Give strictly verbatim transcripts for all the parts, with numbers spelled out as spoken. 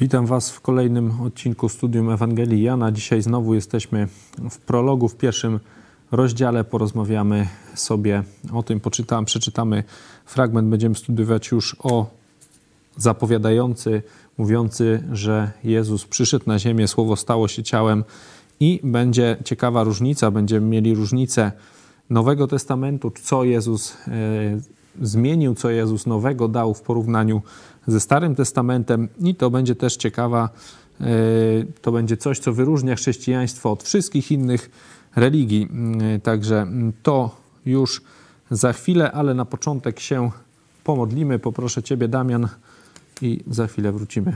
Witam Was w kolejnym odcinku Studium Ewangelii Jana. Dzisiaj znowu jesteśmy w prologu, w pierwszym rozdziale. Porozmawiamy sobie o tym, poczytam, przeczytamy fragment. Będziemy studiować już o zapowiadający, mówiący, że Jezus przyszedł na ziemię, Słowo stało się ciałem i będzie ciekawa różnica. Będziemy mieli różnicę Nowego Testamentu, co Jezus e, zmienił, co Jezus nowego dał w porównaniu ze Starym Testamentem i to będzie też ciekawa, to będzie coś, co wyróżnia chrześcijaństwo od wszystkich innych religii. Także to już za chwilę, ale na początek się pomodlimy. Poproszę Ciebie, Damian, i za chwilę wrócimy.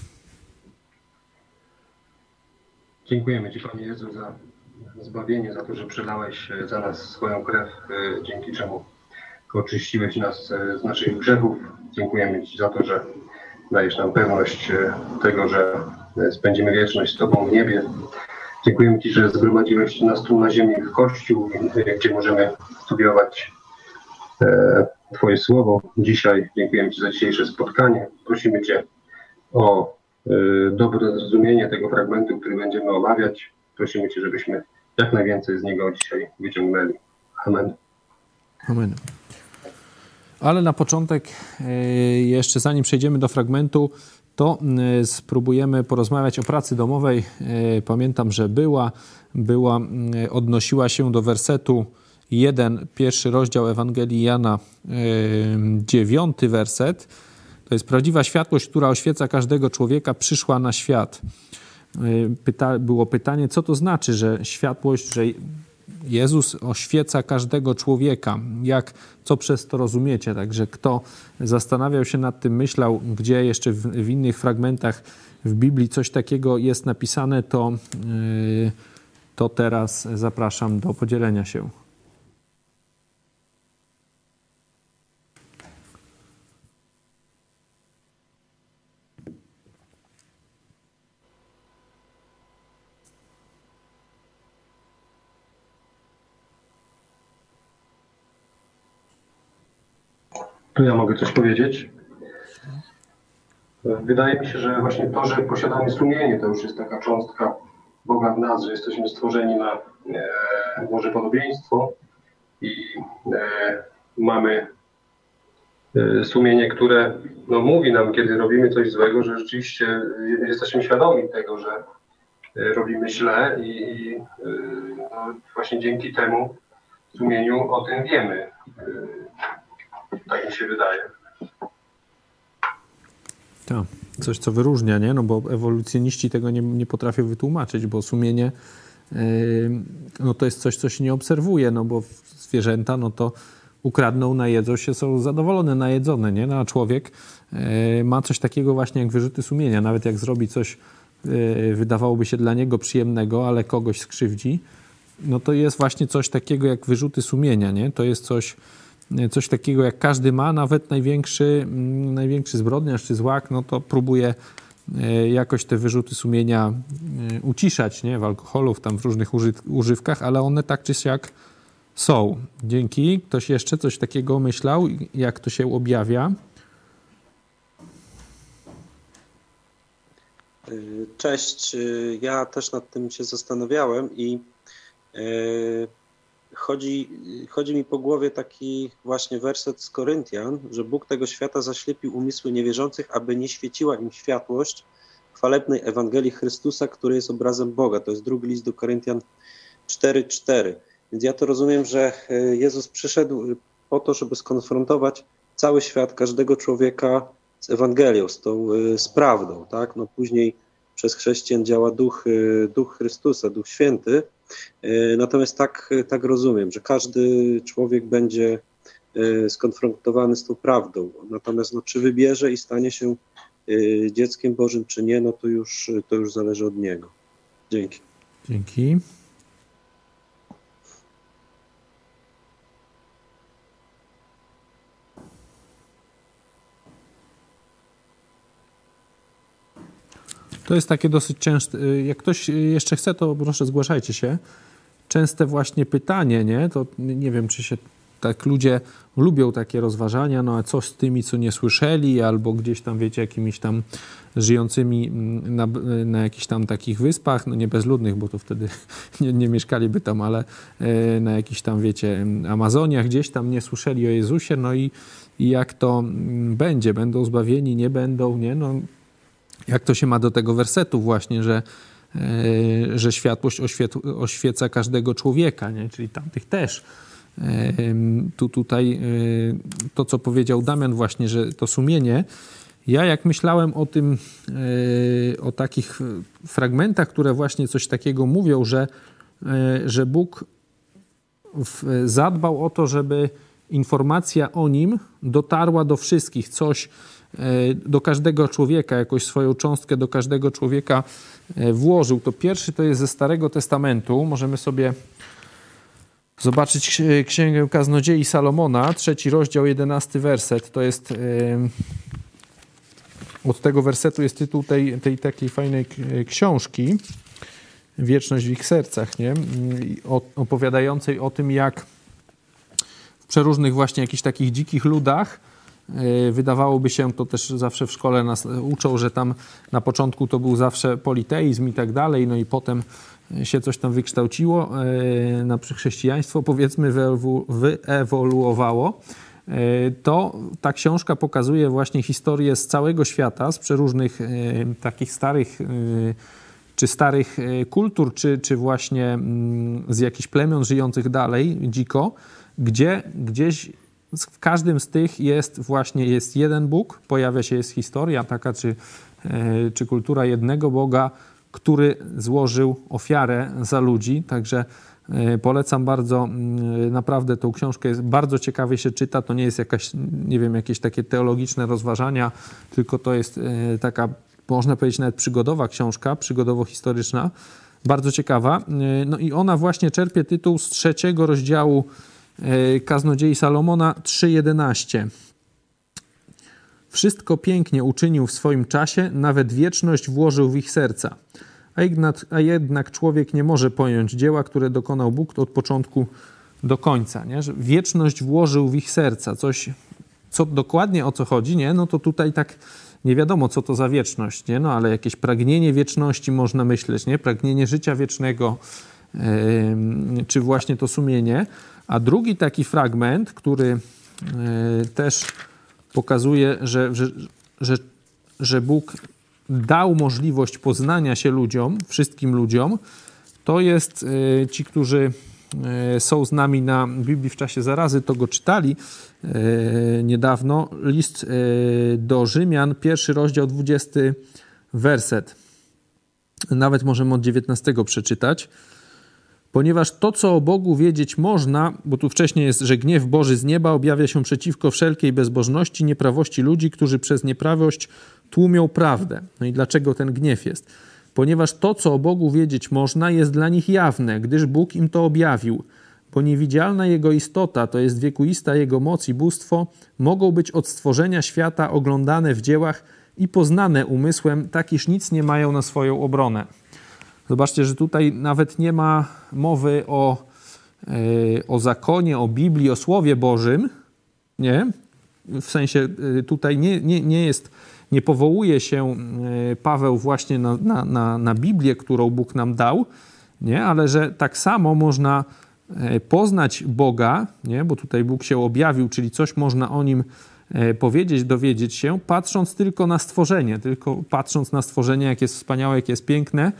Dziękujemy Ci, Panie Jezu, za zbawienie, za to, że przelałeś za nas swoją krew, dzięki czemu oczyściłeś nas z naszych grzechów. Dziękujemy Ci za to, że dajesz nam pewność tego, że spędzimy wieczność z Tobą w niebie. Dziękujemy Ci, że zgromadziłeś nas tu na ziemi w Kościół, gdzie możemy studiować Twoje Słowo. Dzisiaj dziękujemy Ci za dzisiejsze spotkanie. Prosimy Cię o dobre zrozumienie tego fragmentu, który będziemy omawiać. Prosimy Cię, żebyśmy jak najwięcej z niego dzisiaj wyciągnęli. Amen. Amen. Ale na początek, jeszcze zanim przejdziemy do fragmentu, to spróbujemy porozmawiać o pracy domowej. Pamiętam, że była, była, odnosiła się do wersetu jeden, pierwszy rozdział Ewangelii Jana, dziewiąty werset. To jest prawdziwa światłość, która oświeca każdego człowieka, przyszła na świat. Pyta, było pytanie, co to znaczy, że światłość, że Jezus oświeca każdego człowieka. Jak, co przez to rozumiecie? Także kto zastanawiał się nad tym, myślał, gdzie jeszcze w, w innych fragmentach w Biblii coś takiego jest napisane, to, yy, to teraz zapraszam do podzielenia się. Tu ja mogę coś powiedzieć. Wydaje mi się, że właśnie to, że posiadamy sumienie, to już jest taka cząstka Boga w nas, że jesteśmy stworzeni na e, Boże podobieństwo i e, mamy e, sumienie, które no, mówi nam, kiedy robimy coś złego, że rzeczywiście jesteśmy świadomi tego, że e, robimy źle i, i e, no, właśnie dzięki temu sumieniu o tym wiemy. E, Tak mi się wydaje. Tak, coś co wyróżnia, nie? No bo ewolucjoniści tego nie, nie potrafią wytłumaczyć, bo sumienie yy, no to jest coś, co się nie obserwuje, no bo zwierzęta, no to ukradną, najedzą się, są zadowolone, najedzone, nie? No a człowiek yy, ma coś takiego właśnie jak wyrzuty sumienia. Nawet jak zrobi coś, yy, wydawałoby się dla niego przyjemnego, ale kogoś skrzywdzi, no to jest właśnie coś takiego jak wyrzuty sumienia, nie? To jest coś Coś takiego jak każdy ma, nawet największy, największy zbrodniarz czy złak, no to próbuje jakoś te wyrzuty sumienia uciszać, nie? W alkoholu, tam w różnych uży, używkach, ale one tak czy siak są. Dzięki. Ktoś jeszcze coś takiego myślał, jak to się objawia? Cześć. Ja też nad tym się zastanawiałem i yy... Chodzi, chodzi mi po głowie taki właśnie werset z Koryntian, że Bóg tego świata zaślepił umysły niewierzących, aby nie świeciła im światłość chwalebnej Ewangelii Chrystusa, który jest obrazem Boga. To jest drugi list do Koryntian cztery cztery. Więc ja to rozumiem, że Jezus przyszedł po to, żeby skonfrontować cały świat, każdego człowieka z Ewangelią, z tą z prawdą. Tak? No później przez chrześcijan działa Duch, Duch Chrystusa, Duch Święty. Natomiast tak, tak rozumiem, że każdy człowiek będzie skonfrontowany z tą prawdą. Natomiast no, czy wybierze i stanie się dzieckiem Bożym, czy nie, no to już, to już zależy od niego. Dzięki. Dzięki. To jest takie dosyć częste, jak ktoś jeszcze chce, to proszę zgłaszajcie się. Częste właśnie pytanie, nie? To nie wiem, czy się tak ludzie lubią takie rozważania, no a co z tymi, co nie słyszeli, albo gdzieś tam, wiecie, jakimiś tam żyjącymi na, na jakichś tam takich wyspach, no nie bezludnych, bo to wtedy nie, nie mieszkaliby tam, ale na jakichś tam, wiecie, Amazoniach, gdzieś tam nie słyszeli o Jezusie, no i, i jak to będzie, będą zbawieni, nie będą, nie, no jak to się ma do tego wersetu właśnie, że że światłość oświet- oświeca każdego człowieka, nie? Czyli tamtych też. Tu tutaj to, co powiedział Damian właśnie, że to sumienie. Ja jak myślałem o tym, o takich fragmentach, które właśnie coś takiego mówią, że, że Bóg zadbał o to, żeby informacja o Nim dotarła do wszystkich, coś do każdego człowieka, jakąś swoją cząstkę do każdego człowieka włożył. To pierwszy to jest ze Starego Testamentu. Możemy sobie zobaczyć Księgę Kaznodziei Salomona, trzeci rozdział, jedenasty werset. To jest od tego wersetu jest tytuł tej, tej takiej fajnej książki Wieczność w ich sercach, nie? Opowiadającej o tym, jak w przeróżnych właśnie jakichś takich dzikich ludach wydawałoby się, to też zawsze w szkole nas uczą, że tam na początku to był zawsze politeizm i tak dalej, no i potem się coś tam wykształciło, na chrześcijaństwo powiedzmy wyewoluowało. To ta książka pokazuje właśnie historię z całego świata, z przeróżnych takich starych czy starych kultur, czy, czy właśnie z jakichś plemion żyjących dalej dziko, gdzie gdzieś w każdym z tych jest właśnie jest jeden Bóg, pojawia się jest historia taka, czy, czy kultura jednego Boga, który złożył ofiarę za ludzi. Także polecam bardzo, naprawdę tą książkę jest bardzo ciekawie się czyta. To nie jest jakaś, nie wiem, jakieś takie teologiczne rozważania, tylko to jest taka, można powiedzieć, nawet przygodowa książka, przygodowo-historyczna, bardzo ciekawa. No i ona właśnie czerpie tytuł z trzeciego rozdziału Kaznodziei Salomona trzy jedenaście. Wszystko pięknie uczynił w swoim czasie, nawet wieczność włożył w ich serca. A jednak, a jednak człowiek nie może pojąć dzieła, które dokonał Bóg od początku do końca. Nie? Że wieczność włożył w ich serca. Coś, co dokładnie o co chodzi, nie? No to tutaj tak nie wiadomo, co to za wieczność, nie? No ale jakieś pragnienie wieczności można myśleć, nie? Pragnienie życia wiecznego, yy, czy właśnie to sumienie. A drugi taki fragment, który yy, też pokazuje, że, że, że, że Bóg dał możliwość poznania się ludziom, wszystkim ludziom, to jest yy, ci, którzy yy, są z nami na Biblii w czasie zarazy, to go czytali yy, niedawno. List yy, do Rzymian, pierwszy rozdział, dwudziesty werset. Nawet możemy od dziewiętnastego przeczytać. Ponieważ to, co o Bogu wiedzieć można, bo tu wcześniej jest, że gniew Boży z nieba objawia się przeciwko wszelkiej bezbożności, nieprawości ludzi, którzy przez nieprawość tłumią prawdę. No i dlaczego ten gniew jest? Ponieważ to, co o Bogu wiedzieć można, jest dla nich jawne, gdyż Bóg im to objawił. Bo niewidzialna Jego istota, to jest wiekuista Jego moc i bóstwo, mogą być od stworzenia świata oglądane w dziełach i poznane umysłem, tak iż nic nie mają na swoją obronę. Zobaczcie, że tutaj nawet nie ma mowy o, yy, o zakonie, o Biblii, o Słowie Bożym, nie? W sensie yy, tutaj nie, nie, nie jest, nie powołuje się yy, Paweł właśnie na, na, na, na Biblię, którą Bóg nam dał, nie? Ale że tak samo można yy, poznać Boga, nie? Bo tutaj Bóg się objawił, czyli coś można o Nim yy, powiedzieć, dowiedzieć się, patrząc tylko na stworzenie, tylko patrząc na stworzenie, jak jest wspaniałe, jak jest piękne,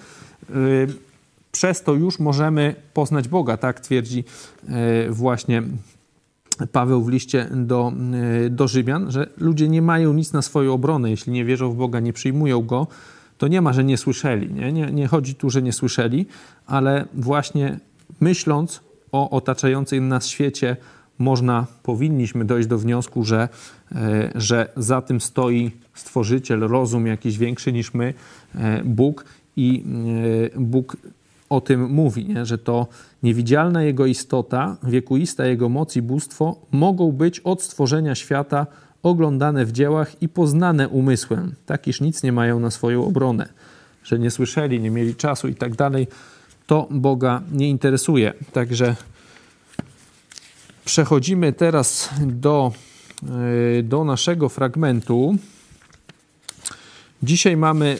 przez to już możemy poznać Boga, tak twierdzi właśnie Paweł w liście do, do Rzymian, że ludzie nie mają nic na swoją obronę, jeśli nie wierzą w Boga, nie przyjmują Go, to nie ma, że nie słyszeli. Nie, nie, nie chodzi tu, że nie słyszeli, ale właśnie myśląc o otaczającym nas świecie, można, powinniśmy dojść do wniosku, że, że za tym stoi Stworzyciel, rozum jakiś większy niż my, Bóg. I Bóg o tym mówi, nie? Że to niewidzialna Jego istota, wiekuista Jego moc i bóstwo mogą być od stworzenia świata oglądane w dziełach i poznane umysłem, tak iż nic nie mają na swoją obronę. Że nie słyszeli, nie mieli czasu i tak dalej, to Boga nie interesuje. Także Przechodzimy teraz do, do naszego fragmentu. Dzisiaj mamy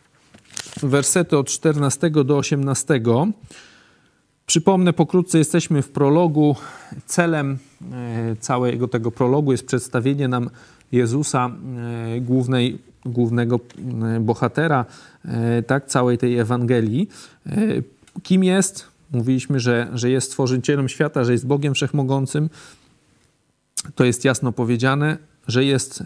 wersety od czternastego do osiemnastego. Przypomnę pokrótce, jesteśmy w prologu. Celem całego tego prologu jest przedstawienie nam Jezusa, głównej, głównego bohatera, tak, całej tej Ewangelii. Kim jest? Mówiliśmy, że, że jest stworzycielem świata, że jest Bogiem Wszechmogącym. To jest jasno powiedziane, że jest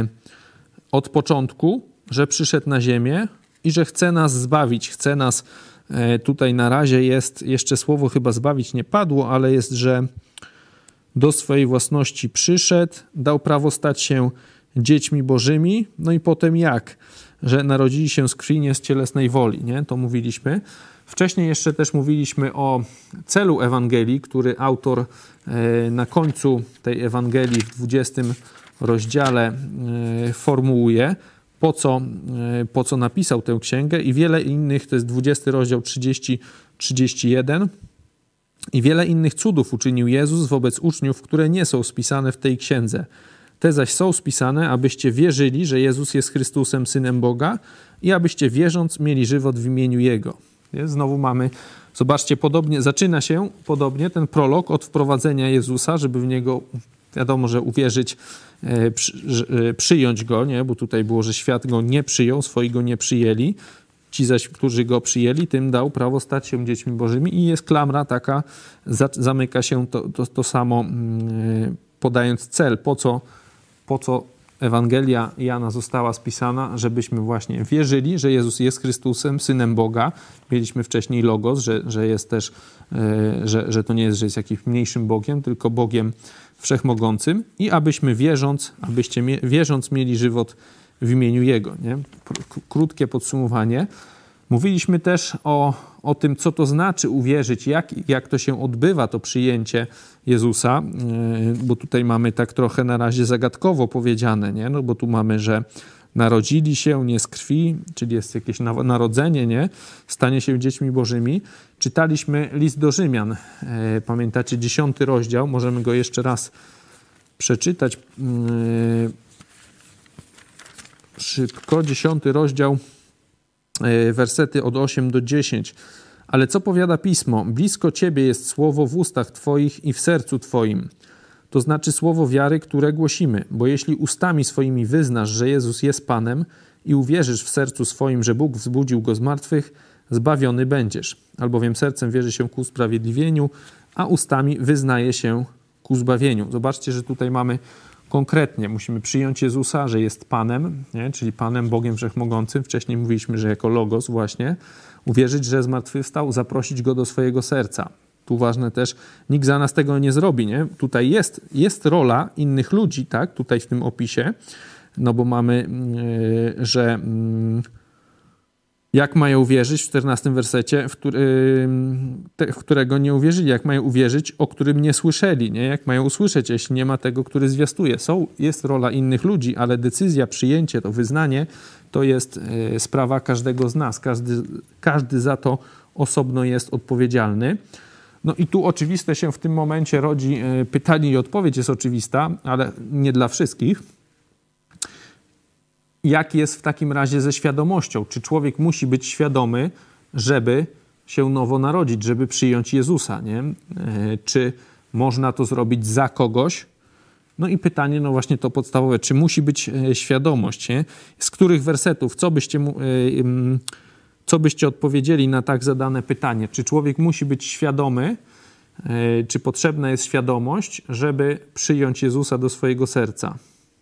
od początku, że przyszedł na ziemię i że chce nas zbawić, chce nas, tutaj na razie jest, jeszcze słowo chyba zbawić nie padło, ale jest, że do swojej własności przyszedł, dał prawo stać się dziećmi bożymi, no i potem jak? Że narodzili się z krwi, nie z cielesnej woli, nie? To mówiliśmy. Wcześniej jeszcze też mówiliśmy o celu Ewangelii, który autor na końcu tej Ewangelii w dwudziestym rozdziale formułuje, po co, po co napisał tę księgę i wiele innych, to jest dwudziesty rozdział trzydzieści trzydzieści jeden, i wiele innych cudów uczynił Jezus wobec uczniów, które nie są spisane w tej księdze. Te zaś są spisane, abyście wierzyli, że Jezus jest Chrystusem, Synem Boga i abyście wierząc mieli żywot w imieniu Jego. Znowu mamy, zobaczcie, podobnie, zaczyna się podobnie ten prolog od wprowadzenia Jezusa, żeby w Niego, wiadomo, że uwierzyć, e, przy, e, przyjąć Go, nie? Bo tutaj było, że świat Go nie przyjął, swoi Go nie przyjęli. Ci zaś, którzy Go przyjęli, tym dał prawo stać się dziećmi bożymi i jest klamra taka, za, zamyka się to, to, to samo, yy, podając cel, po co, po co Ewangelia Jana została spisana, żebyśmy właśnie wierzyli, że Jezus jest Chrystusem, Synem Boga. Mieliśmy wcześniej Logos, że, że jest też, yy, że, że to nie jest, że jest jakimś mniejszym Bogiem, tylko Bogiem Wszechmogącym i abyśmy wierząc, abyście mie- wierząc mieli żywot w imieniu Jego. Nie? Krótkie podsumowanie. Mówiliśmy też o, o tym, co to znaczy uwierzyć, jak, jak to się odbywa, to przyjęcie Jezusa, bo tutaj mamy tak trochę na razie zagadkowo powiedziane, nie? No bo tu mamy, że narodzili się nie z krwi, czyli jest jakieś narodzenie, nie? Stanie się dziećmi bożymi. Czytaliśmy list do Rzymian. Pamiętacie, dziesiąty rozdział, możemy go jeszcze raz przeczytać. Szybko, dziesiąty rozdział, wersety od ósmego do dziesiątego. Ale co powiada Pismo? Blisko Ciebie jest słowo w ustach Twoich i w sercu Twoim. To znaczy słowo wiary, które głosimy. Bo jeśli ustami swoimi wyznasz, że Jezus jest Panem i uwierzysz w sercu swoim, że Bóg wzbudził Go z martwych, zbawiony będziesz. Albowiem sercem wierzy się ku usprawiedliwieniu, a ustami wyznaje się ku zbawieniu. Zobaczcie, że tutaj mamy konkretnie, musimy przyjąć Jezusa, że jest Panem, nie? Czyli Panem, Bogiem Wszechmogącym. Wcześniej mówiliśmy, że jako Logos właśnie. Uwierzyć, że zmartwychwstał, zaprosić Go do swojego serca. Tu ważne też, nikt za nas tego nie zrobi, nie? Tutaj jest, jest rola innych ludzi, tak? Tutaj w tym opisie, no bo mamy, yy, że yy, jak mają uwierzyć w czternastym wersecie, w, który, te, w którego nie uwierzyli, jak mają uwierzyć, o którym nie słyszeli, nie? Jak mają usłyszeć, jeśli nie ma tego, który zwiastuje. Są, jest rola innych ludzi, ale decyzja, przyjęcie, to wyznanie, to jest y, sprawa każdego z nas. Każdy, każdy za to osobno jest odpowiedzialny. No i tu oczywiste się w tym momencie rodzi y, pytanie i odpowiedź jest oczywista, ale nie dla wszystkich. Jak jest w takim razie ze świadomością? Czy człowiek musi być świadomy, żeby się nowo narodzić, żeby przyjąć Jezusa, nie? Czy można to zrobić za kogoś? No i pytanie, no właśnie to podstawowe, czy musi być świadomość, nie? Z których wersetów, co byście, co byście odpowiedzieli na tak zadane pytanie? Czy człowiek musi być świadomy, czy potrzebna jest świadomość, żeby przyjąć Jezusa do swojego serca?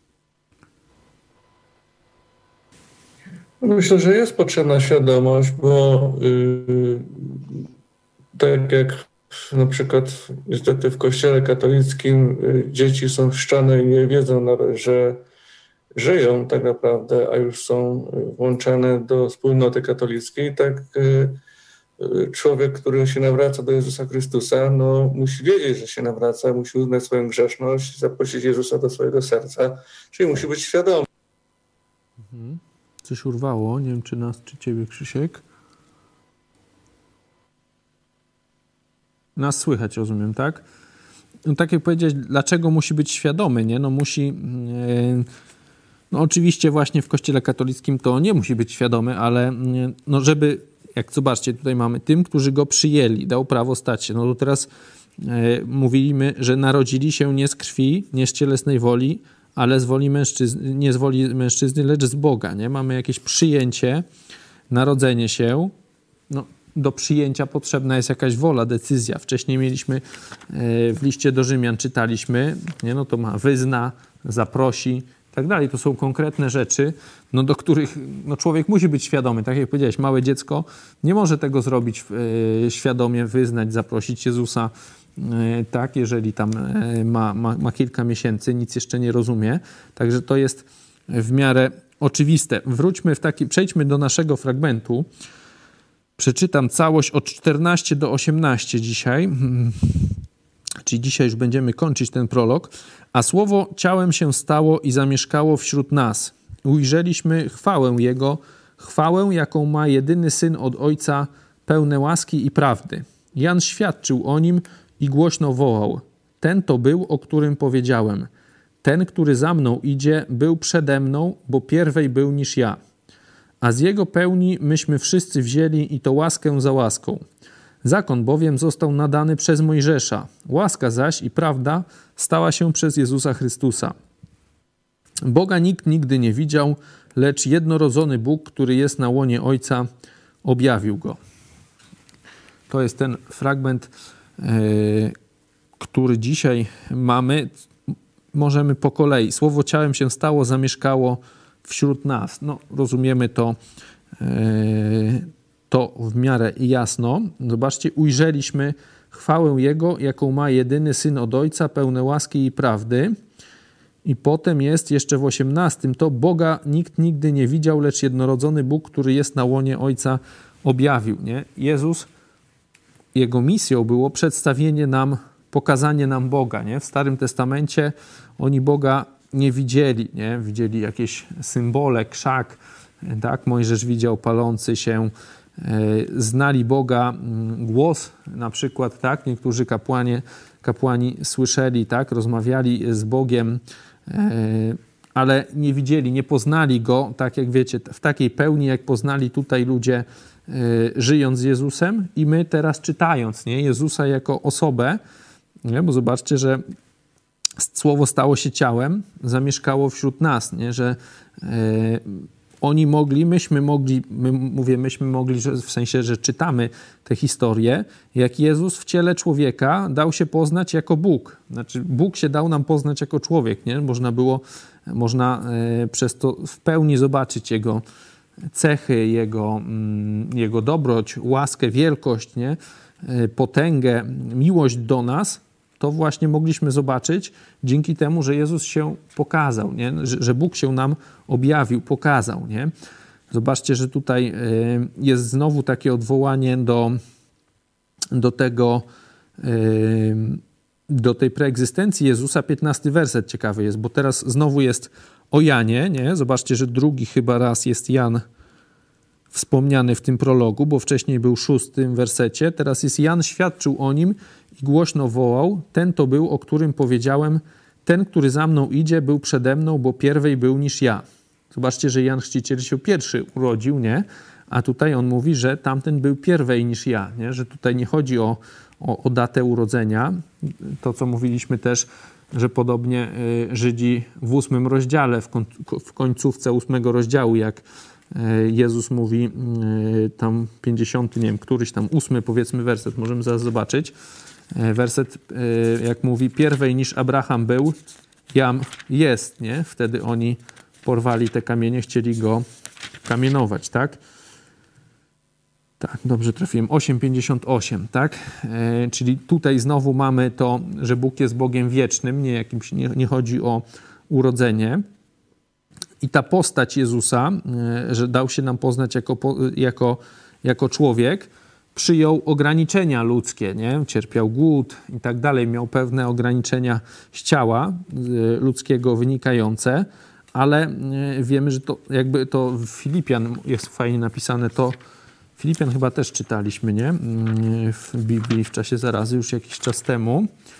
Myślę, że jest potrzebna świadomość, bo yy, tak jak na przykład niestety w kościele katolickim yy, dzieci są chrzczane i nie wiedzą nawet, że żyją tak naprawdę, a już są włączane do wspólnoty katolickiej, tak yy, człowiek, który się nawraca do Jezusa Chrystusa, no musi wiedzieć, że się nawraca, musi uznać swoją grzeszność, zaprosić Jezusa do swojego serca, czyli musi być świadomy. Mhm. Coś urwało, nie wiem czy nas, czy ciebie, Krzysiek. Nas słychać, rozumiem, tak? no tak jak powiedziałeś, dlaczego musi być świadomy, nie? No musi... Yy, no oczywiście właśnie w Kościele katolickim to nie musi być świadomy, ale yy, no żeby, jak zobaczcie, tutaj mamy tym, którzy go przyjęli, dał prawo stać się. No to teraz yy, mówimy, że narodzili się nie z krwi, nie z cielesnej woli, ale z woli mężczyzny, nie z woli mężczyzny, lecz z Boga, nie? Mamy jakieś przyjęcie, narodzenie się. No, do przyjęcia potrzebna jest jakaś wola, decyzja. Wcześniej mieliśmy w liście do Rzymian, czytaliśmy, nie? No to ma wyzna, zaprosi i tak dalej. To są konkretne rzeczy, no do których no człowiek musi być świadomy. Tak jak powiedziałeś, małe dziecko nie może tego zrobić e, świadomie, wyznać, zaprosić Jezusa, e, tak, jeżeli tam e, ma, ma, ma kilka miesięcy, nic jeszcze nie rozumie. Także to jest w miarę oczywiste. Wróćmy w taki, przejdźmy do naszego fragmentu. Przeczytam całość od czternaście do osiemnaście dzisiaj, czyli dzisiaj już będziemy kończyć ten prolog. A słowo ciałem się stało i zamieszkało wśród nas. Ujrzeliśmy chwałę Jego, chwałę, jaką ma jedyny Syn od Ojca, pełne łaski i prawdy. Jan świadczył o Nim i głośno wołał: ten to był, o którym powiedziałem. Ten, który za mną idzie, był przede mną, bo pierwej był niż ja. A z Jego pełni myśmy wszyscy wzięli i to łaskę za łaską. Zakon bowiem został nadany przez Mojżesza, łaska zaś i prawda stała się przez Jezusa Chrystusa. Boga nikt nigdy nie widział, lecz jednorodzony Bóg, który jest na łonie Ojca, objawił Go. To jest ten fragment, yy, który dzisiaj mamy. Możemy po kolei. Słowo ciałem się stało, zamieszkało wśród nas. No, rozumiemy to, yy, to w miarę jasno. Zobaczcie, ujrzeliśmy chwałę Jego, jaką ma jedyny Syn od Ojca, pełne łaski i prawdy. I potem jest jeszcze w osiemnastym to Boga nikt nigdy nie widział, lecz jednorodzony Bóg, który jest na łonie Ojca, objawił. Nie? Jezus, Jego misją było przedstawienie nam, pokazanie nam Boga. Nie? W Starym Testamencie oni Boga nie widzieli. Nie? Widzieli jakieś symbole, krzak. Tak? Mojżesz widział palący się. Znali Boga, głos na przykład. Tak? Niektórzy kapłanie, kapłani słyszeli, tak? Rozmawiali z Bogiem, ale nie widzieli, nie poznali Go, tak jak wiecie, w takiej pełni, jak poznali tutaj ludzie, żyjąc z Jezusem i my teraz czytając, nie? Jezusa jako osobę, nie? Bo zobaczcie, że Słowo stało się ciałem, zamieszkało wśród nas, nie? Że e, oni mogli, myśmy mogli, my, mówię, myśmy mogli, że w sensie, że czytamy tę historię, jak Jezus w ciele człowieka dał się poznać jako Bóg. Znaczy Bóg się dał nam poznać jako człowiek, nie? Można było, można e, przez to w pełni zobaczyć Jego cechy, Jego, mm, jego dobroć, łaskę, wielkość, nie? E, potęgę, miłość do nas. To właśnie mogliśmy zobaczyć dzięki temu, że Jezus się pokazał, nie? Że, że Bóg się nam objawił, pokazał. Nie? Zobaczcie, że tutaj jest znowu takie odwołanie do, do tego, do tej preegzystencji Jezusa. piętnasty werset ciekawy jest, bo teraz znowu jest o Janie. Nie? Zobaczcie, że drugi chyba raz jest Jan wspomniany w tym prologu, bo wcześniej był w szóstym wersecie. Teraz jest Jan świadczył o Nim i głośno wołał: ten to był, o którym powiedziałem, ten, który za mną idzie, był przede mną, bo pierwej był niż ja. Zobaczcie, że Jan Chrzciciel się pierwszy urodził, nie? A tutaj on mówi, że tamten był pierwej niż ja, nie? Że tutaj nie chodzi o, o, o datę urodzenia. To, co mówiliśmy też, że podobnie y, Żydzi w ósmym rozdziale, w, koń, w końcówce ósmego rozdziału, jak Jezus mówi tam pięćdziesiąty, nie wiem, któryś tam ósmy powiedzmy werset, możemy zaraz zobaczyć. Werset, jak mówi, pierwej niż Abraham był, jam jest, nie? Wtedy oni porwali te kamienie, chcieli go kamienować, tak? Tak, dobrze trafiłem. osiem pięćdziesiąt osiem, tak? E, czyli tutaj znowu mamy to, że Bóg jest Bogiem wiecznym, nie, jakimś, nie, nie chodzi o urodzenie. I ta postać Jezusa, że dał się nam poznać jako, jako, jako człowiek, przyjął ograniczenia ludzkie, nie? Cierpiał głód i tak dalej, miał pewne ograniczenia z ciała ludzkiego wynikające, ale wiemy, że to jakby to w Filipian jest fajnie napisane, to Filipian chyba też czytaliśmy, nie? W Biblii w czasie zarazy już jakiś czas temu.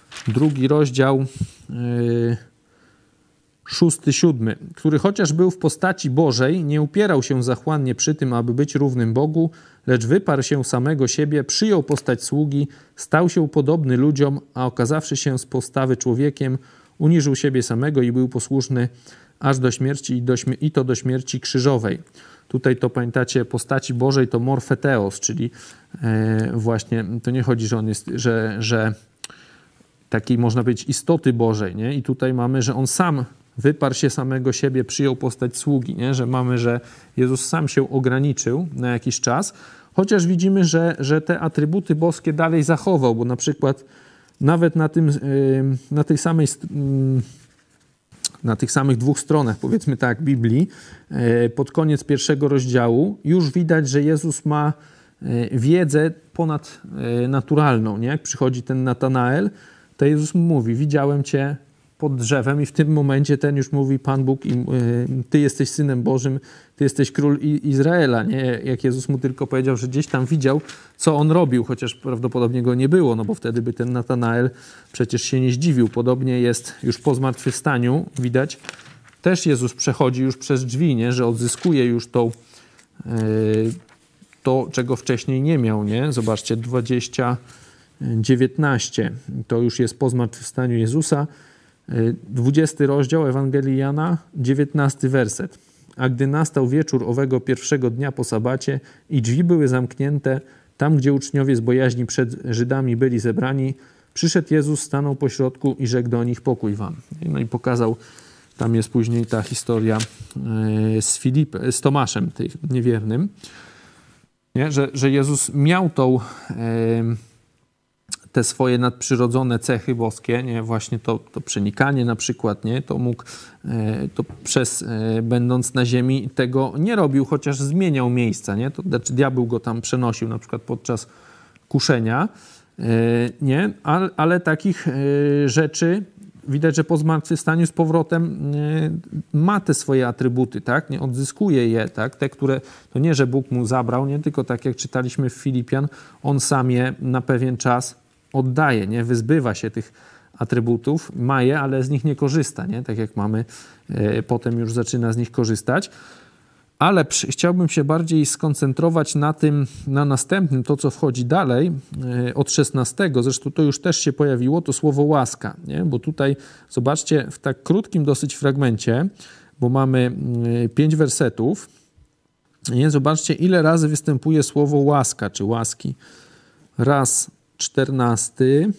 drugi rozdział, yy, szósty, siódmy, który chociaż był w postaci Bożej, nie upierał się zachłannie przy tym, aby być równym Bogu, lecz wyparł się samego siebie, przyjął postać sługi, stał się podobny ludziom, a okazawszy się z postawy człowiekiem, uniżył siebie samego i był posłuszny aż do śmierci i, do śmie- i to do śmierci krzyżowej. Tutaj to pamiętacie, postaci Bożej to morfeteos, czyli e, właśnie to nie chodzi, że on jest, że, że takiej można powiedzieć istoty Bożej, nie? I tutaj mamy, że on sam wyparł się samego siebie, przyjął postać sługi, nie? Że mamy, że Jezus sam się ograniczył na jakiś czas, chociaż widzimy, że, że te atrybuty boskie dalej zachował, bo na przykład nawet na tym, na tej samej, na tych samych dwóch stronach, powiedzmy tak, Biblii, pod koniec pierwszego rozdziału już widać, że Jezus ma wiedzę ponadnaturalną, nie? Jak przychodzi ten Natanael, to Jezus mu mówi, widziałem cię pod drzewem i w tym momencie ten już mówi, Pan Bóg, i, y, ty jesteś Synem Bożym, ty jesteś Król Izraela, nie? Jak Jezus mu tylko powiedział, że gdzieś tam widział, co on robił, chociaż prawdopodobnie go nie było, no bo wtedy by ten Natanael przecież się nie zdziwił. Podobnie jest już po zmartwychwstaniu, widać, też Jezus przechodzi już przez drzwi, nie? Że odzyskuje już tą, y, to, czego wcześniej nie miał, nie? Zobaczcie, dwadzieścia dziewiętnaście, to już jest po zmartwychwstaniu Jezusa, dwudziesty rozdział Ewangelii Jana, dziewiętnasty werset. A gdy nastał wieczór owego pierwszego dnia po sabacie i drzwi były zamknięte, tam gdzie uczniowie z bojaźni przed Żydami byli zebrani, przyszedł Jezus, stanął pośrodku i rzekł do nich, pokój wam. No i pokazał, tam jest później ta historia z, Filip, z Tomaszem, tym niewiernym, nie? Że, że Jezus miał tą te swoje nadprzyrodzone cechy boskie, nie? Właśnie to, to przenikanie na przykład, nie? To mógł, to przez, będąc na ziemi, tego nie robił, chociaż zmieniał miejsca, nie? To znaczy diabeł go tam przenosił na przykład podczas kuszenia, nie? Ale, ale takich rzeczy widać, że po zmartwychwstaniu z powrotem ma te swoje atrybuty, tak? Nie odzyskuje je, tak? Te, które, to nie, że Bóg mu zabrał, nie? Tylko tak jak czytaliśmy w Filipian, on sam je na pewien czas oddaje, nie? Wyzbywa się tych atrybutów, ma je, ale z nich nie korzysta, nie? Tak jak mamy, e, potem już zaczyna z nich korzystać. Ale przy, chciałbym się bardziej skoncentrować na tym, na następnym, to co wchodzi dalej, e, od szesnastego, zresztą to już też się pojawiło, to słowo łaska, nie? Bo tutaj, zobaczcie, w tak krótkim dosyć fragmencie, bo mamy e, pięć wersetów, nie? Zobaczcie, ile razy występuje słowo łaska, czy łaski. Raz, czternasty,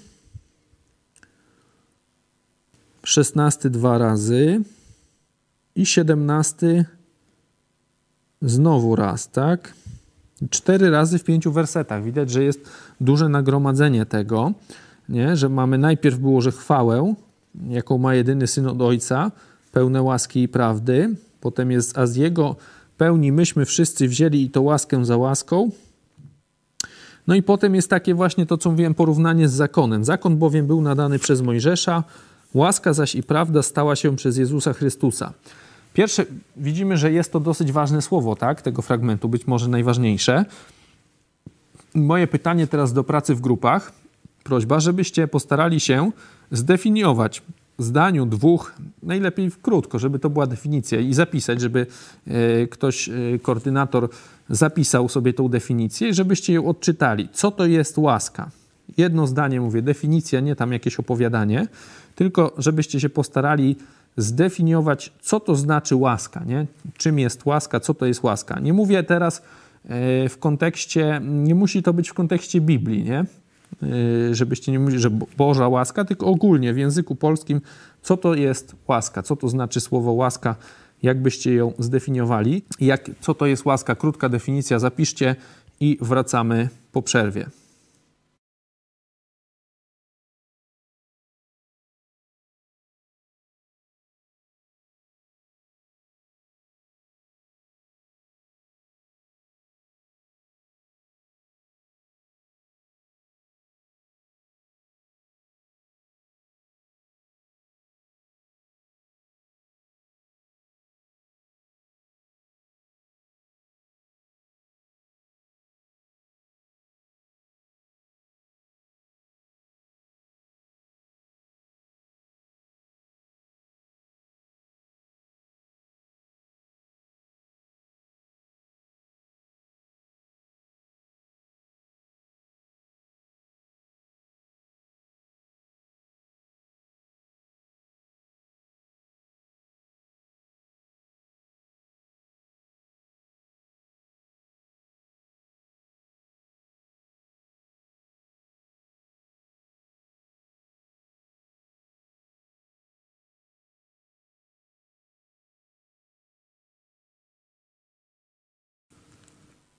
szesnasty dwa razy i siedemnasty znowu raz, tak? Cztery razy w pięciu wersetach. Widać, że jest duże nagromadzenie tego, nie? Że mamy najpierw było, że chwałę, jaką ma jedyny Syn od Ojca, pełne łaski i prawdy. Potem jest, a z Jego pełni myśmy wszyscy wzięli i to łaskę za łaską. No i potem jest takie właśnie to, co mówiłem, porównanie z zakonem. Zakon bowiem był nadany przez Mojżesza, łaska zaś i prawda stała się przez Jezusa Chrystusa. Pierwsze, widzimy, że jest to dosyć ważne słowo, tak, tego fragmentu, być może najważniejsze. Moje pytanie teraz do pracy w grupach, prośba, żebyście postarali się zdefiniować w zdaniu dwóch, najlepiej krótko, żeby to była definicja i zapisać, żeby e, ktoś, e, koordynator zapisał sobie tą definicję i żebyście ją odczytali. Co to jest łaska? Jedno zdanie mówię, definicja, nie tam jakieś opowiadanie, tylko żebyście się postarali zdefiniować, co to znaczy łaska, nie? Czym jest łaska, co to jest łaska. Nie mówię teraz w kontekście, nie musi to być w kontekście Biblii, nie? Żebyście nie mówili, że Boża łaska, tylko ogólnie w języku polskim, co to jest łaska, co to znaczy słowo łaska, jakbyście ją zdefiniowali. Jak, co to jest łaska, krótka definicja, zapiszcie i wracamy po przerwie.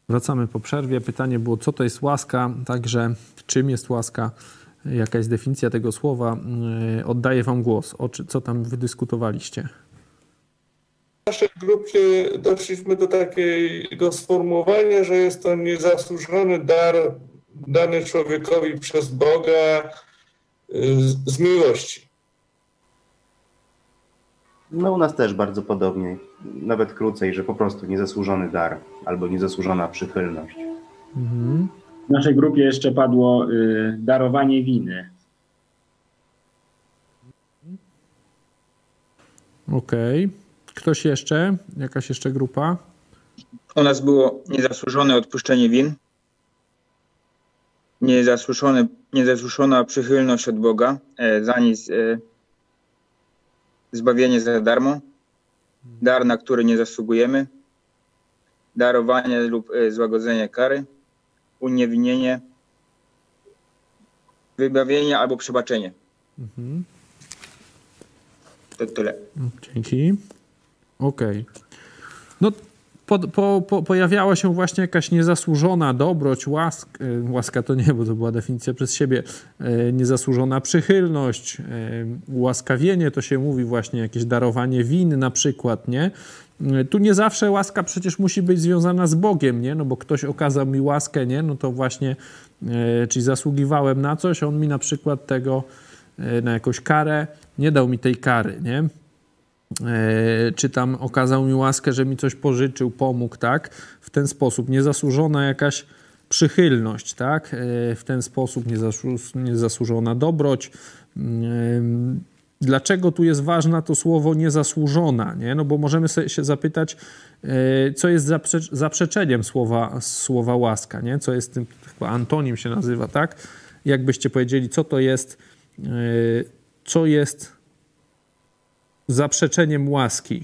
Wracamy po przerwie. Pytanie było, co to jest łaska, także czym jest łaska, jaka jest definicja tego słowa. Oddaję wam głos. O, co tam wydyskutowaliście? W naszej grupie doszliśmy do takiego sformułowania, że jest to niezasłużony dar dany człowiekowi przez Boga z, z miłości. No u nas też bardzo podobnie, nawet krócej, że po prostu niezasłużony dar albo niezasłużona przychylność. Mhm. W naszej grupie jeszcze padło y, darowanie winy. Okej. Okay. Ktoś jeszcze? Jakaś jeszcze grupa? U nas było niezasłużone odpuszczenie win, niezasłuszone, niezasłuszona przychylność od Boga, e, za nic e, zbawienie za darmo, dar, na który nie zasługujemy, darowanie lub e, złagodzenie kary, uniewinnienie, wybawienie albo przebaczenie. Mhm. To tyle. Dzięki. Okej. Okay. No po, po, po, pojawiała się właśnie jakaś niezasłużona dobroć, łask, łaska to nie, bo to była definicja przez siebie, niezasłużona przychylność, ułaskawienie, to się mówi właśnie, jakieś darowanie win na przykład, nie? Tu nie zawsze łaska przecież musi być związana z Bogiem, nie? No bo ktoś okazał mi łaskę, nie? No to właśnie, czyli zasługiwałem na coś, on mi na przykład tego, na jakąś karę, nie dał mi tej kary, nie? Czy tam okazał mi łaskę, że mi coś pożyczył, pomógł, tak? W ten sposób niezasłużona jakaś przychylność, tak? W ten sposób niezasłużona dobroć. Dlaczego tu jest ważne to słowo niezasłużona, nie? No bo możemy sobie się zapytać, co jest zaprze- zaprzeczeniem słowa, słowa łaska, nie? Co jest tym, chyba antonim się nazywa, tak? Jakbyście powiedzieli, co to jest, co jest zaprzeczeniem łaski?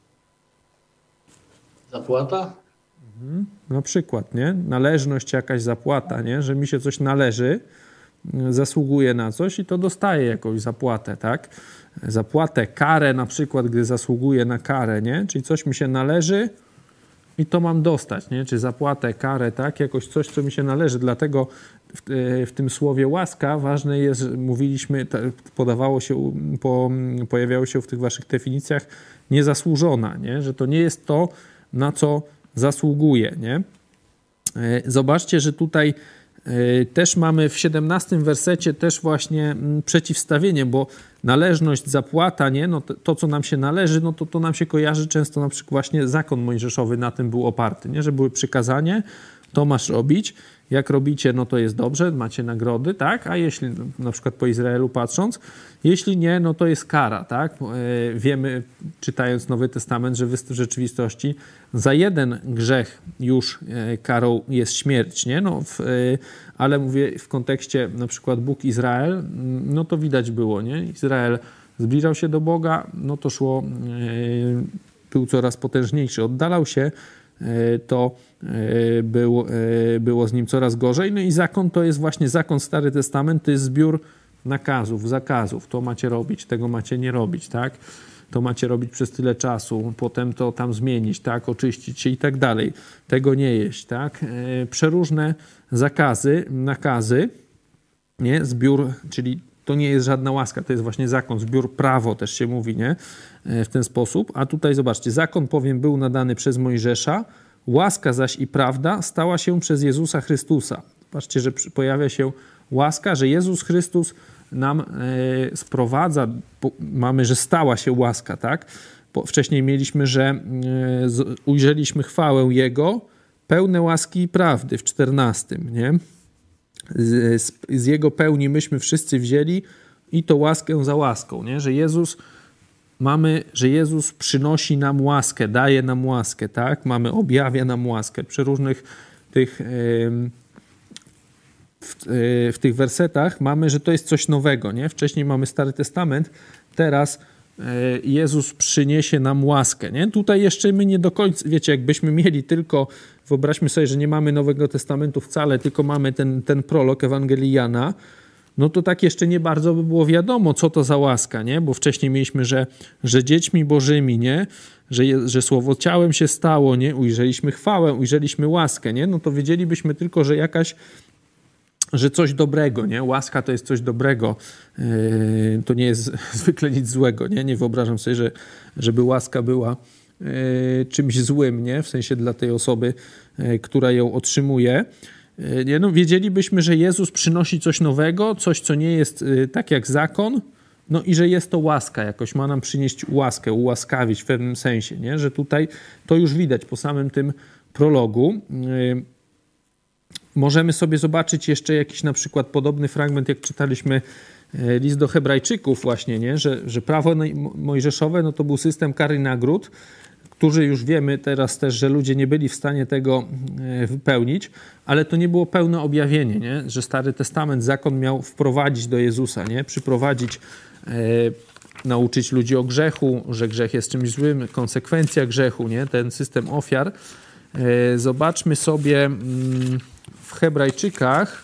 Zapłata? Mhm. Na przykład, nie? Należność, jakaś zapłata, nie? Że mi się coś należy, zasługuje na coś i to dostaje jakąś zapłatę, tak? Zapłatę, karę na przykład, gdy zasługuje na karę, nie? Czyli coś mi się należy i to mam dostać, nie? Czy zapłatę, karę, tak? Jakoś coś, co mi się należy. Dlatego w, w tym słowie łaska ważne jest, mówiliśmy, podawało się, po, pojawiało się w tych waszych definicjach niezasłużona, nie? Że to nie jest to, na co zasługuje, nie? Zobaczcie, że tutaj też mamy w siedemnastym wersecie też właśnie przeciwstawienie, bo należność, zapłata, nie? No to, to, co nam się należy, no to to nam się kojarzy często na przykład właśnie zakon mojżeszowy na tym był oparty, nie? Że były przykazanie, to masz robić, jak robicie, no to jest dobrze, macie nagrody, tak? A jeśli, na przykład po Izraelu patrząc, jeśli nie, no to jest kara, tak? Wiemy, czytając Nowy Testament, że w rzeczywistości za jeden grzech już karą jest śmierć, nie? No, w, ale mówię w kontekście na przykład Bóg Izrael, no to widać było, nie? Izrael zbliżał się do Boga, no to szło, był coraz potężniejszy, oddalał się, to był, było z nim coraz gorzej. No i zakon to jest właśnie zakon, Stary Testament, to jest zbiór nakazów, zakazów. To macie robić, tego macie nie robić, tak? To macie robić przez tyle czasu, potem to tam zmienić, tak? Oczyścić się i tak dalej. Tego nie jeść, tak? Przeróżne zakazy, nakazy, nie? Zbiór, czyli to nie jest żadna łaska, to jest właśnie zakon, zbiór prawo też się mówi, nie? W ten sposób. A tutaj zobaczcie, zakon powiem był nadany przez Mojżesza, łaska zaś i prawda stała się przez Jezusa Chrystusa. Patrzcie, że pojawia się łaska, że Jezus Chrystus nam e, sprowadza, bo mamy, że stała się łaska, tak? Bo wcześniej mieliśmy, że e, z, ujrzeliśmy chwałę Jego, pełne łaski i prawdy w czternastym, nie? Z, z, z Jego pełni myśmy wszyscy wzięli i to łaskę za łaską, nie? Że Jezus mamy, że Jezus przynosi nam łaskę, daje nam łaskę, tak? Mamy, objawia nam łaskę. Przy różnych tych, w, w tych wersetach mamy, że to jest coś nowego, nie? Wcześniej mamy Stary Testament, teraz Jezus przyniesie nam łaskę, nie? Tutaj jeszcze my nie do końca, wiecie, jakbyśmy mieli tylko, wyobraźmy sobie, że nie mamy Nowego Testamentu wcale, tylko mamy ten, ten prolog Ewangelii Jana, no to tak jeszcze nie bardzo by było wiadomo, co to za łaska, nie? Bo wcześniej mieliśmy, że, że dziećmi bożymi, nie? Że, je, że słowo ciałem się stało, nie? Ujrzeliśmy chwałę, ujrzeliśmy łaskę, nie? No to wiedzielibyśmy tylko, że jakaś, że coś dobrego, nie? Łaska to jest coś dobrego, yy, to nie jest zwykle nic złego, nie? Nie wyobrażam sobie, że, żeby łaska była yy, czymś złym, nie? W sensie dla tej osoby, yy, która ją otrzymuje. Nie, no, wiedzielibyśmy, że Jezus przynosi coś nowego, coś, co nie jest y, tak jak zakon, no i że jest to łaska, jakoś ma nam przynieść łaskę, ułaskawić w pewnym sensie, nie? Że tutaj to już widać po samym tym prologu. Y, możemy sobie zobaczyć jeszcze jakiś na przykład podobny fragment, jak czytaliśmy y, list do Hebrajczyków właśnie, nie? Że, że prawo mojżeszowe no to był system kar i nagród, którzy już wiemy teraz też, że ludzie nie byli w stanie tego wypełnić, ale to nie było pełne objawienie, nie? Że Stary Testament, zakon miał wprowadzić do Jezusa, nie? Przyprowadzić, e, nauczyć ludzi o grzechu, że grzech jest czymś złym, konsekwencja grzechu, nie? Ten system ofiar. E, zobaczmy sobie mm, w Hebrajczykach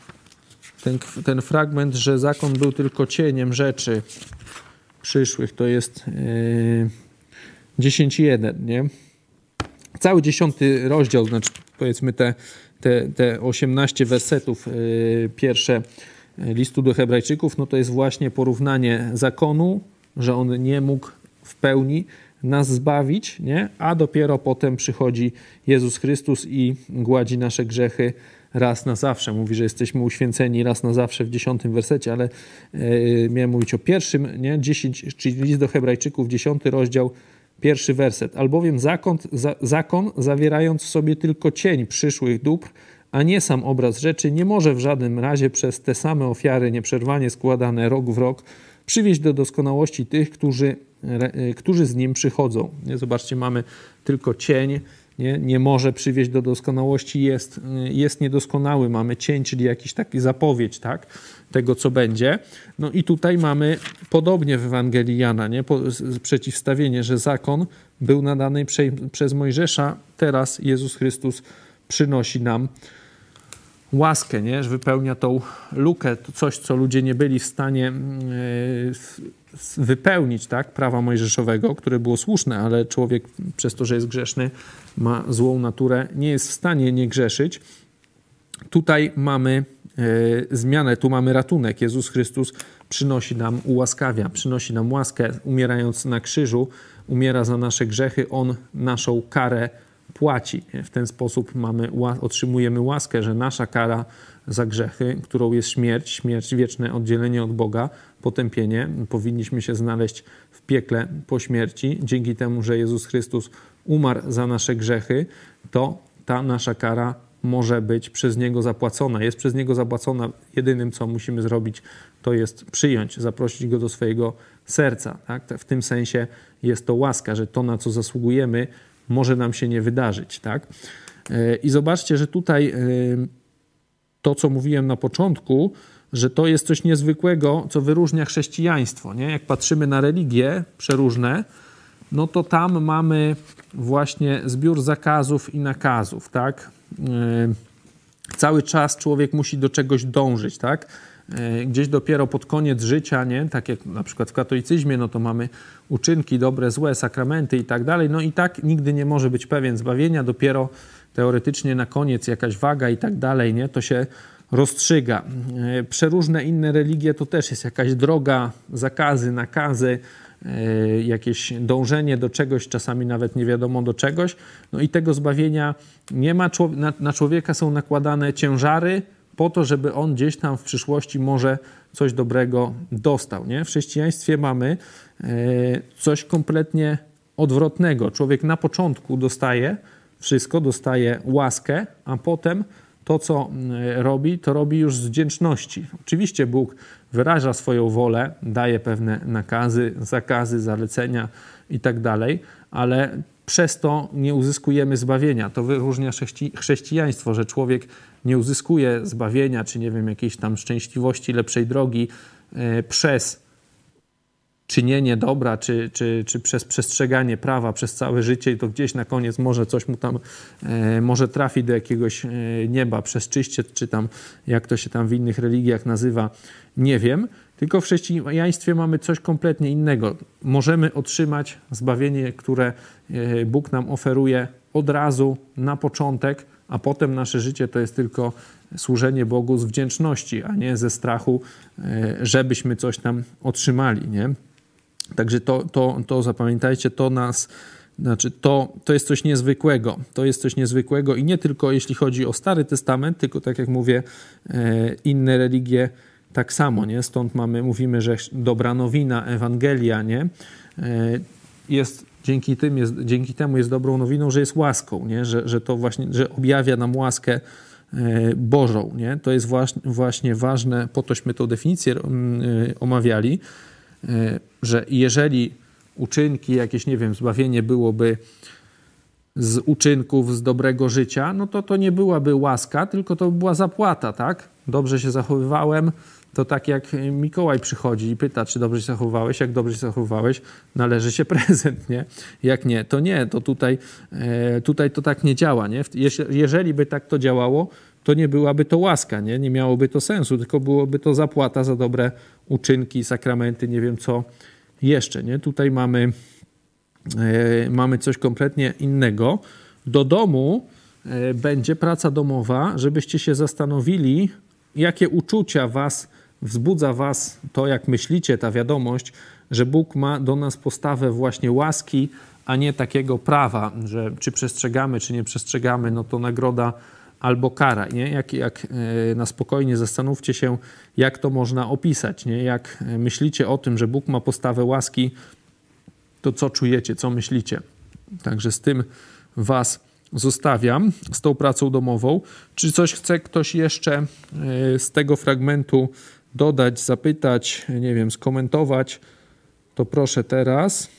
ten, ten fragment, że zakon był tylko cieniem rzeczy przyszłych. To jest... E, dziesięć jeden, nie? Cały dziesiąty rozdział, znaczy powiedzmy te, te, te osiemnaście wersetów yy, pierwsze listu do Hebrajczyków, no to jest właśnie porównanie zakonu, że on nie mógł w pełni nas zbawić, nie? A dopiero potem przychodzi Jezus Chrystus i gładzi nasze grzechy raz na zawsze. Mówi, że jesteśmy uświęceni raz na zawsze w dziesiątym wersecie, ale yy, miałem mówić o pierwszym, nie? dziesięć, czyli list do Hebrajczyków, dziesiąty rozdział, pierwszy werset. Albowiem zakon, za, zakon, zawierając w sobie tylko cień przyszłych dóbr, a nie sam obraz rzeczy, nie może w żadnym razie przez te same ofiary nieprzerwanie składane rok w rok przywieźć do doskonałości tych, którzy, którzy z nim przychodzą. Nie? Zobaczcie, mamy tylko cień, nie, nie może przywieźć do doskonałości, jest, jest niedoskonały. Mamy cień, czyli jakiś taki zapowiedź, tak, tego, co będzie. No i tutaj mamy podobnie w Ewangelii Jana, nie? Po, przeciwstawienie, że zakon był nadany prze, przez Mojżesza, teraz Jezus Chrystus przynosi nam łaskę, nie? Że wypełnia tą lukę, to coś, co ludzie nie byli w stanie yy, wypełnić, tak? Prawa mojżeszowego, które było słuszne, ale człowiek przez to, że jest grzeszny, ma złą naturę, nie jest w stanie nie grzeszyć. Tutaj mamy yy, zmianę, tu mamy ratunek. Jezus Chrystus przynosi nam, ułaskawia, przynosi nam łaskę, umierając na krzyżu, umiera za nasze grzechy, On naszą karę płaci. W ten sposób mamy, otrzymujemy łaskę, że nasza kara za grzechy, którą jest śmierć, śmierć, wieczne oddzielenie od Boga, potępienie, powinniśmy się znaleźć w piekle po śmierci. Dzięki temu, że Jezus Chrystus umarł za nasze grzechy, to ta nasza kara może być przez Niego zapłacona. Jest przez Niego zapłacona. Jedynym, co musimy zrobić, to jest przyjąć, zaprosić Go do swojego serca. Tak? W tym sensie jest to łaska, że to, na co zasługujemy, może nam się nie wydarzyć. Tak? I zobaczcie, że tutaj to, co mówiłem na początku, że to jest coś niezwykłego, co wyróżnia chrześcijaństwo. Nie? Jak patrzymy na religie przeróżne, no to tam mamy właśnie zbiór zakazów i nakazów. Tak? Cały czas człowiek musi do czegoś dążyć. Tak? Gdzieś dopiero pod koniec życia, nie? Tak jak na przykład w katolicyzmie, no to mamy uczynki dobre, złe, sakramenty i tak dalej. No i tak nigdy nie może być pewien zbawienia, dopiero teoretycznie na koniec jakaś waga i tak dalej, nie? To się rozstrzyga. Przeróżne inne religie to też jest jakaś droga, zakazy, nakazy, jakieś dążenie do czegoś, czasami nawet nie wiadomo do czegoś. No i tego zbawienia nie ma. Na człowieka są nakładane ciężary po to, żeby on gdzieś tam w przyszłości może coś dobrego dostał. Nie? W chrześcijaństwie mamy coś kompletnie odwrotnego. Człowiek na początku dostaje wszystko, dostaje łaskę, a potem to, co robi, to robi już z wdzięczności. Oczywiście Bóg wyraża swoją wolę, daje pewne nakazy, zakazy, zalecenia i tak dalej, ale przez to nie uzyskujemy zbawienia. To wyróżnia chrześci- chrześcijaństwo, że człowiek nie uzyskuje zbawienia, czy nie wiem, jakiejś tam szczęśliwości, lepszej drogi e, przez czynienie dobra, czy, czy, czy przez przestrzeganie prawa przez całe życie i to gdzieś na koniec może coś mu tam, e, może trafi do jakiegoś e, nieba przez czyście, czy tam jak to się tam w innych religiach nazywa, nie wiem. Tylko w chrześcijaństwie mamy coś kompletnie innego. Możemy otrzymać zbawienie, które e, Bóg nam oferuje od razu, na początek, a potem nasze życie to jest tylko służenie Bogu z wdzięczności, a nie ze strachu, e, żebyśmy coś tam otrzymali, nie? Także to, to, to zapamiętajcie, to nas, znaczy to, to jest coś niezwykłego. To jest coś niezwykłego i nie tylko jeśli chodzi o Stary Testament, tylko tak jak mówię, e, inne religie tak samo, nie? Stąd mamy, mówimy, że dobra nowina, Ewangelia, nie? E, jest, dzięki tym jest, dzięki temu jest dobrą nowiną, że jest łaską, nie? Że, że to właśnie, że objawia nam łaskę e, Bożą, nie? To jest właśnie, właśnie ważne, po tośmy tą definicję e, omawiali, że jeżeli uczynki, jakieś, nie wiem, zbawienie byłoby z uczynków, z dobrego życia, no to to nie byłaby łaska, tylko to była zapłata, tak? Dobrze się zachowywałem, to tak jak Mikołaj przychodzi i pyta, czy dobrze się zachowałeś, jak dobrze się zachowałeś, należy się prezent, nie? Jak nie, to nie, to tutaj, tutaj to tak nie działa, nie? Jeżeli by tak to działało, to nie byłaby to łaska, nie? Nie miałoby to sensu, tylko byłoby to zapłata za dobre uczynki, sakramenty, nie wiem co jeszcze, nie? Tutaj mamy, e, mamy coś kompletnie innego. Do domu e, będzie praca domowa, żebyście się zastanowili, jakie uczucia was, wzbudza was to, jak myślicie, ta wiadomość, że Bóg ma do nas postawę właśnie łaski, a nie takiego prawa, że czy przestrzegamy, czy nie przestrzegamy, no to nagroda albo kara, nie? Jak, jak na spokojnie zastanówcie się, jak to można opisać, nie? Jak myślicie o tym, że Bóg ma postawę łaski, to co czujecie, co myślicie. Także z tym was zostawiam, z tą pracą domową. Czy coś chce ktoś jeszcze z tego fragmentu dodać, zapytać, nie wiem, skomentować, to proszę teraz.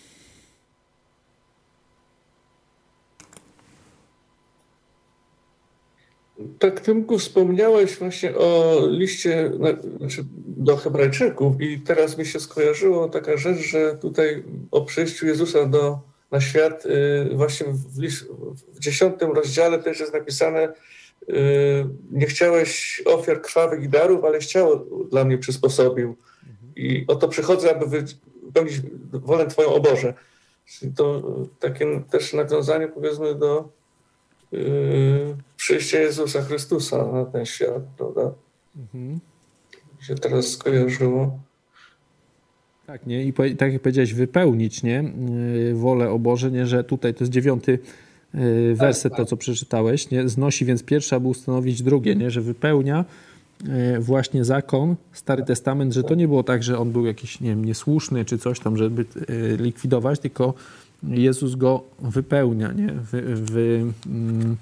Tak, Tymku, wspomniałeś właśnie o liście znaczy do Hebrajczyków i teraz mi się skojarzyło taka rzecz, że tutaj o przyjściu Jezusa do, na świat właśnie w, list, w dziesiątym rozdziale też jest napisane: nie chciałeś ofiar krwawych i darów, ale ciało dla mnie przysposobił. I oto przychodzę, aby wypełnić wolę Twoją, o Boże. Czyli to takie też nawiązanie, powiedzmy, do Yy, przyjście Jezusa Chrystusa na ten świat, prawda? Mhm. Się teraz skojarzyło. Tak, nie? I po, tak jak powiedziałeś, wypełnić, nie? Yy, wolę o Boże, nie? Że tutaj to jest dziewiąty yy, werset, to co przeczytałeś, nie? Znosi więc pierwsze, aby ustanowić drugie, nie? Że wypełnia yy, właśnie zakon, Stary Testament, że to nie było tak, że on był jakiś, nie wiem, niesłuszny czy coś tam, żeby yy, likwidować, tylko Jezus go wypełnia, nie? Wy, wy, mm,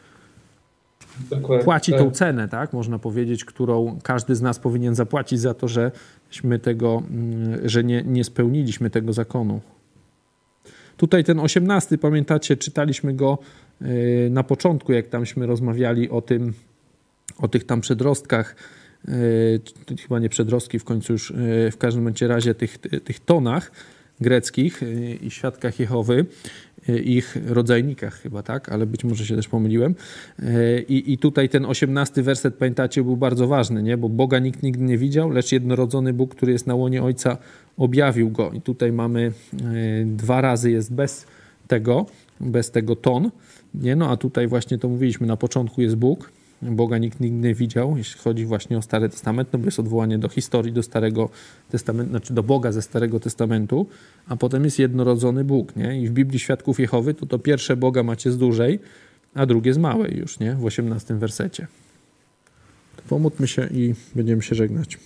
płaci tą cenę, tak? Można powiedzieć, którą każdy z nas powinien zapłacić za to, żeśmy tego, że nie, nie spełniliśmy tego zakonu. Tutaj ten osiemnasty, pamiętacie, czytaliśmy go na początku, jak tamśmy rozmawiali o tym, o tych tam przedrostkach, chyba nie przedrostki w końcu już, w każdym bądź razie tych, tych tonach greckich i świadkach Jehowy, ich rodzajnikach chyba, tak? Ale być może się też pomyliłem. I, i tutaj ten osiemnasty werset, pamiętacie, był bardzo ważny, nie? Bo Boga nikt nigdy nie widział, lecz jednorodzony Bóg, który jest na łonie Ojca, objawił Go. I tutaj mamy dwa razy jest bez tego, bez tego ton, nie? No a tutaj właśnie to mówiliśmy, na początku jest Bóg, Boga nikt nigdy nie widział, jeśli chodzi właśnie o Stary Testament, no bo jest odwołanie do historii, do Starego Testamentu, znaczy do Boga ze Starego Testamentu, a potem jest jednorodzony Bóg, nie? I w Biblii Świadków Jehowy to to pierwsze Boga macie z dużej, a drugie z małej już, nie? W osiemnastym wersecie. To pomódlmy się i będziemy się żegnać.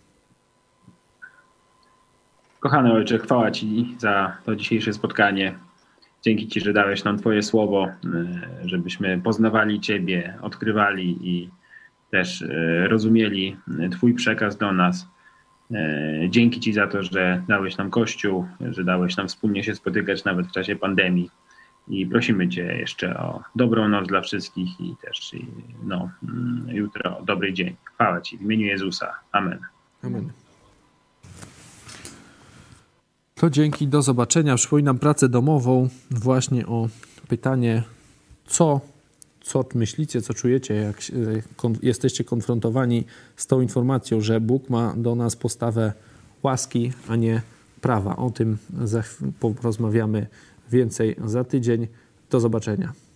Kochany Ojcze, chwała Ci za to dzisiejsze spotkanie. Dzięki Ci, że dałeś nam Twoje słowo, żebyśmy poznawali Ciebie, odkrywali i też rozumieli Twój przekaz do nas. Dzięki Ci za to, że dałeś nam Kościół, że dałeś nam wspólnie się spotykać nawet w czasie pandemii. I prosimy Cię jeszcze o dobrą noc dla wszystkich i też no, jutro o dobry dzień. Chwała Ci w imieniu Jezusa. Amen. Amen. To dzięki, do zobaczenia. Przypominam pracę domową właśnie o pytanie, co, co myślicie, co czujecie, jak kon, jesteście konfrontowani z tą informacją, że Bóg ma do nas postawę łaski, a nie prawa. O tym porozmawiamy więcej za tydzień. Do zobaczenia.